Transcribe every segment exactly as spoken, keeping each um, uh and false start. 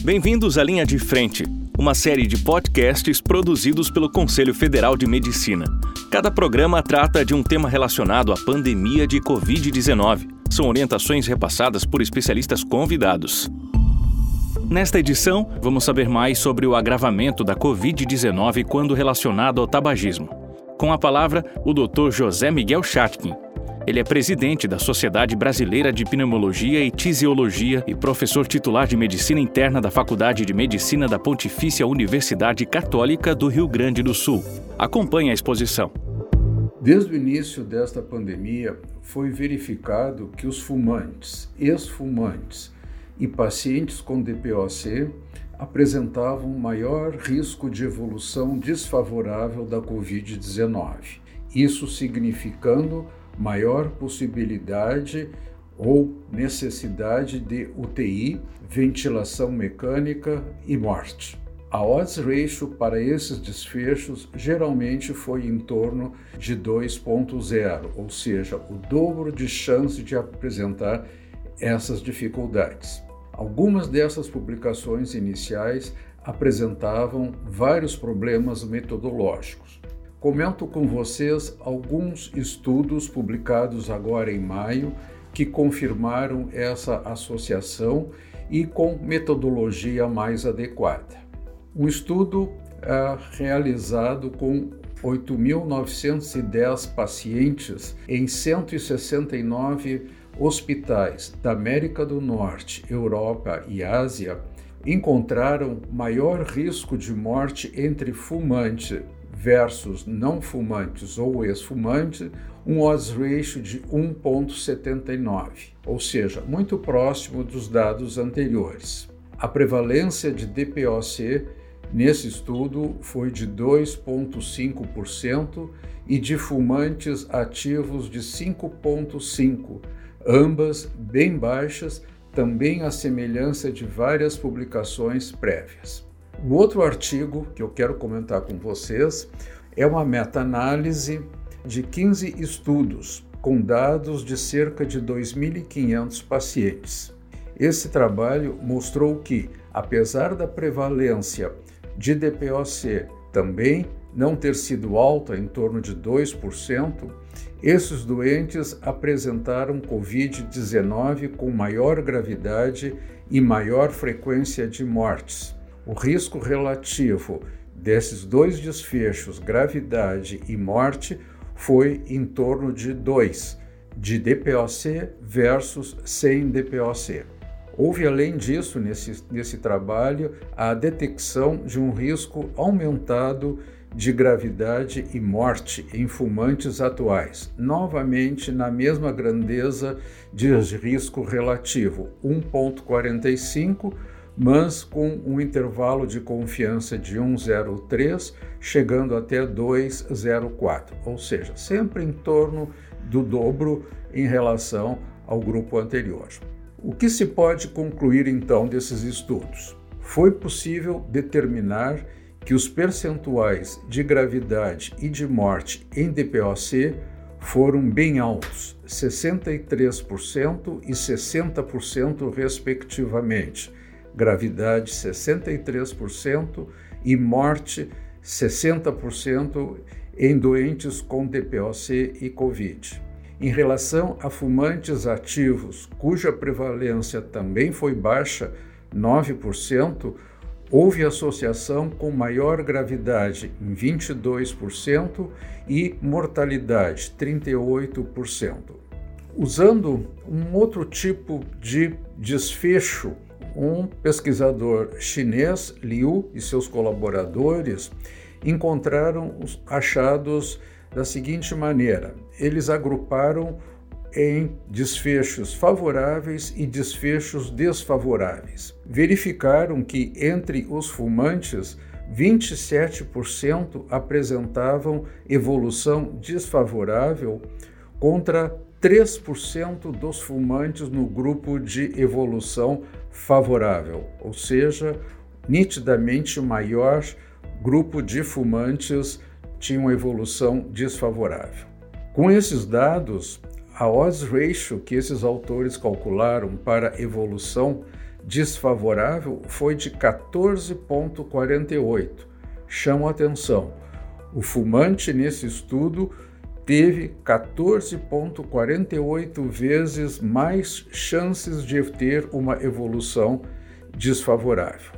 Bem-vindos à Linha de Frente, uma série de podcasts produzidos pelo Conselho Federal de Medicina. Cada programa trata de um tema relacionado à pandemia de covid dezenove. São orientações repassadas por especialistas convidados. Nesta edição, vamos saber mais sobre o agravamento da covid dezenove quando relacionado ao tabagismo. Com a palavra, o doutor José Miguel Chatkin. Ele é presidente da Sociedade Brasileira de Pneumologia e Tisiologia e professor titular de Medicina Interna da Faculdade de Medicina da Pontifícia Universidade Católica do Rio Grande do Sul. Acompanhe a exposição. Desde o início desta pandemia, foi verificado que os fumantes, ex-fumantes e pacientes com D P O C apresentavam maior risco de evolução desfavorável da covid dezenove. Isso significando maior possibilidade ou necessidade de U T I, ventilação mecânica e morte. A odds ratio para esses desfechos geralmente foi em torno de dois ponto zero, ou seja, o dobro de chance de apresentar essas dificuldades. Algumas dessas publicações iniciais apresentavam vários problemas metodológicos. Comento com vocês alguns estudos publicados agora em maio que confirmaram essa associação e com metodologia mais adequada. Um estudo é, realizado com oito mil novecentos e dez pacientes em cento e sessenta e nove hospitais da América do Norte, Europa e Ásia encontraram maior risco de morte entre fumante versus não fumantes ou ex-fumante, um odds ratio de um ponto setenta e nove, ou seja, muito próximo dos dados anteriores. A prevalência de D P O C nesse estudo foi de dois ponto cinco por cento e de fumantes ativos de cinco ponto cinco por cento, ambas bem baixas, também à semelhança de várias publicações prévias. O outro artigo que eu quero comentar com vocês é uma meta-análise de quinze estudos com dados de cerca de dois mil e quinhentos pacientes. Esse trabalho mostrou que, apesar da prevalência de D P O C também não ter sido alta, em torno de dois por cento, esses doentes apresentaram covid dezenove com maior gravidade e maior frequência de mortes. O risco relativo desses dois desfechos, gravidade e morte, foi em torno de dois, de D P O C versus sem D P O C. Houve, além disso, nesse, nesse trabalho, a detecção de um risco aumentado de gravidade e morte em fumantes atuais, novamente na mesma grandeza de risco relativo, um ponto quarenta e cinco, mas com um intervalo de confiança de um ponto zero três, chegando até dois ponto zero quatro, ou seja, sempre em torno do dobro em relação ao grupo anterior. O que se pode concluir então desses estudos? Foi possível determinar que os percentuais de gravidade e de morte em D P O C foram bem altos, sessenta e três por cento e sessenta por cento respectivamente. Gravidade sessenta e três por cento e morte sessenta por cento em doentes com D P O C e Covid. Em relação a fumantes ativos, cuja prevalência também foi baixa, nove por cento, houve associação com maior gravidade em vinte e dois por cento e mortalidade trinta e oito por cento. Usando um outro tipo de desfecho, um pesquisador chinês, Liu, e seus colaboradores encontraram os achados da seguinte maneira: eles agruparam em desfechos favoráveis e desfechos desfavoráveis. Verificaram que entre os fumantes, vinte e sete por cento apresentavam evolução desfavorável contra três por cento dos fumantes no grupo de evolução favorável, ou seja, nitidamente maior grupo de fumantes tinha uma evolução desfavorável. Com esses dados, a odds ratio que esses autores calcularam para evolução desfavorável foi de quatorze vírgula quarenta e oito. Chama atenção, o fumante nesse estudo teve quatorze vírgula quarenta e oito vezes mais chances de ter uma evolução desfavorável.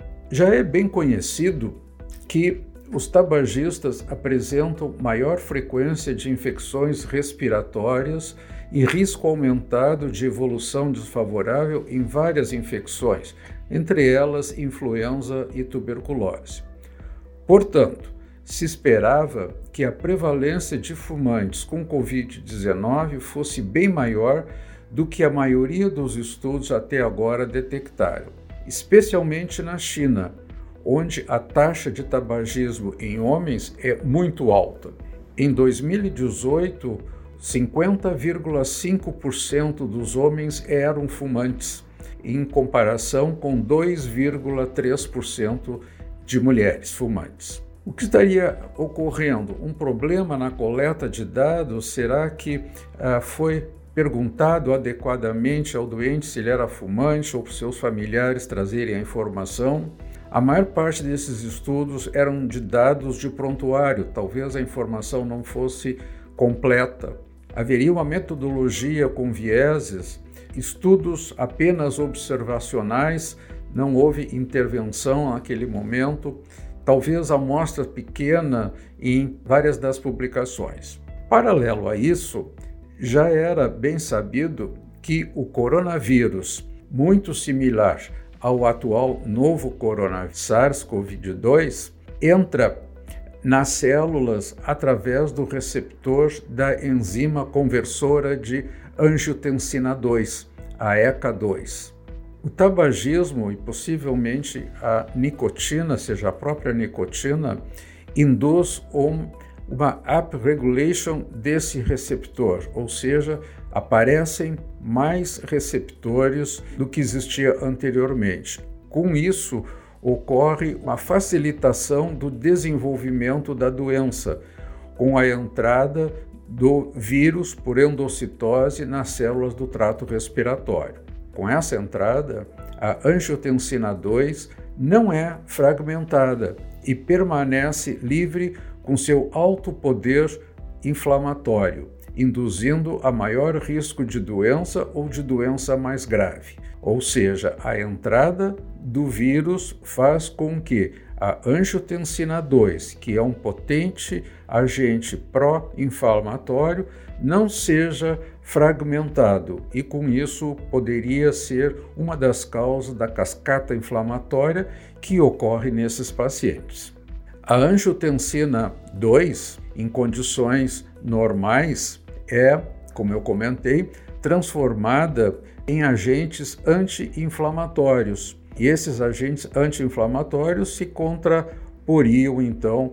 Já é bem conhecido que os tabagistas apresentam maior frequência de infecções respiratórias e risco aumentado de evolução desfavorável em várias infecções, entre elas influenza e tuberculose. Portanto, se esperava que a prevalência de fumantes com covid dezenove fosse bem maior do que a maioria dos estudos até agora detectaram, especialmente na China, onde a taxa de tabagismo em homens é muito alta. Em dois mil e dezoito, cinquenta vírgula cinco por cento dos homens eram fumantes, em comparação com dois vírgula três por cento de mulheres fumantes. O que estaria ocorrendo? Um problema na coleta de dados? Será que ah, foi perguntado adequadamente ao doente se ele era fumante ou para seus familiares trazerem a informação? A maior parte desses estudos eram de dados de prontuário, talvez a informação não fosse completa. Haveria uma metodologia com vieses, estudos apenas observacionais, não houve intervenção naquele momento, talvez amostra pequena em várias das publicações. Paralelo a isso, já era bem sabido que o coronavírus, muito similar ao atual novo coronavírus SARS-CoV dois, entra nas células através do receptor da enzima conversora de angiotensina dois, a E C A dois. O tabagismo e possivelmente a nicotina, seja a própria nicotina, induz um, uma upregulation desse receptor, ou seja, aparecem mais receptores do que existia anteriormente. Com isso, ocorre uma facilitação do desenvolvimento da doença, com a entrada do vírus por endocitose nas células do trato respiratório. Com essa entrada, a angiotensina dois não é fragmentada e permanece livre com seu alto poder inflamatório, induzindo a maior risco de doença ou de doença mais grave. Ou seja, a entrada do vírus faz com que a angiotensina dois, que é um potente agente pró-inflamatório, não seja fragmentado e, com isso, poderia ser uma das causas da cascata inflamatória que ocorre nesses pacientes. A angiotensina dois, em condições normais, é, como eu comentei, transformada em agentes anti-inflamatórios. E esses agentes anti-inflamatórios se contraporiam, então,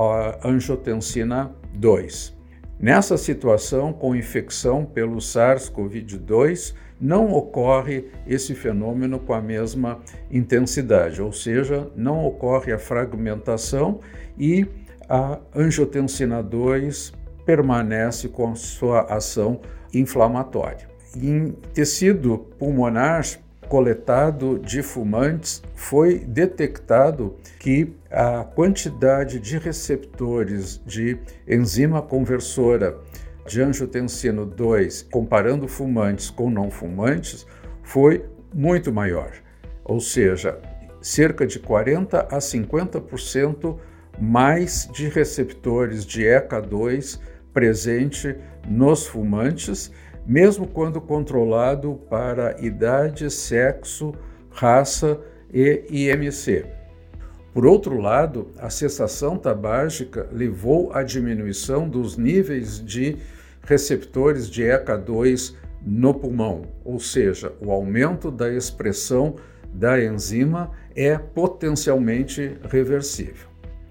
à angiotensina dois. Nessa situação, com infecção pelo SARS-CoV dois, não ocorre esse fenômeno com a mesma intensidade, ou seja, não ocorre a fragmentação e a angiotensina dois permanece com sua ação inflamatória. Em tecido pulmonar coletado de fumantes, foi detectado que a quantidade de receptores de enzima conversora de angiotensina dois, comparando fumantes com não fumantes, foi muito maior, ou seja, cerca de quarenta a cinquenta por cento mais de receptores de E C A dois presente nos fumantes, mesmo quando controlado para idade, sexo, raça e I M C. Por outro lado, a cessação tabágica levou à diminuição dos níveis de receptores de E C A dois no pulmão, ou seja, o aumento da expressão da enzima é potencialmente reversível.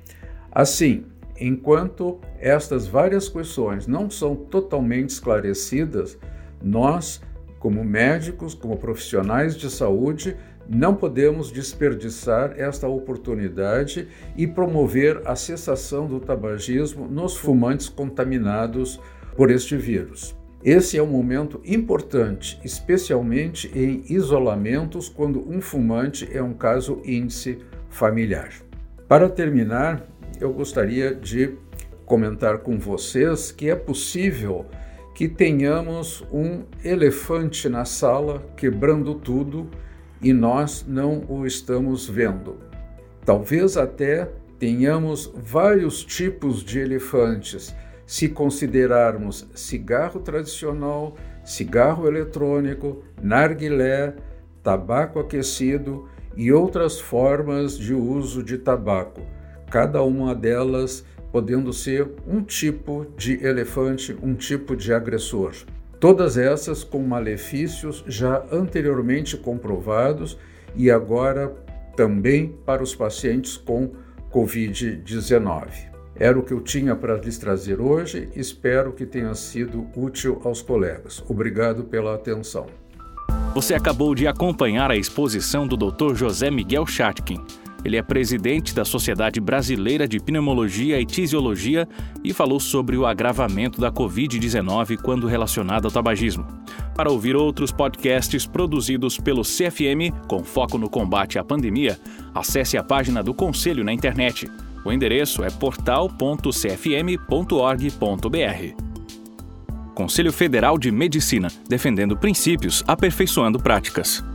Assim, enquanto estas várias questões não são totalmente esclarecidas, nós, como médicos, como profissionais de saúde, não podemos desperdiçar esta oportunidade e promover a cessação do tabagismo nos fumantes contaminados por este vírus. Esse é um momento importante, especialmente em isolamentos, quando um fumante é um caso índice familiar. Para terminar, eu gostaria de comentar com vocês que é possível que tenhamos um elefante na sala quebrando tudo e nós não o estamos vendo. Talvez até tenhamos vários tipos de elefantes, se considerarmos cigarro tradicional, cigarro eletrônico, narguilé, tabaco aquecido e outras formas de uso de tabaco, cada uma delas podendo ser um tipo de elefante, um tipo de agressor. Todas essas com malefícios já anteriormente comprovados e agora também para os pacientes com covid dezenove. Era o que eu tinha para lhes trazer hoje, espero que tenha sido útil aos colegas. Obrigado pela atenção. Você acabou de acompanhar a exposição do doutor José Miguel Chatkin. Ele é presidente da Sociedade Brasileira de Pneumologia e Tisiologia e falou sobre o agravamento da covid dezenove quando relacionado ao tabagismo. Para ouvir outros podcasts produzidos pelo C F M com foco no combate à pandemia, acesse a página do Conselho na internet. O endereço é portal ponto c f m ponto org ponto b r. Conselho Federal de Medicina, defendendo princípios, aperfeiçoando práticas.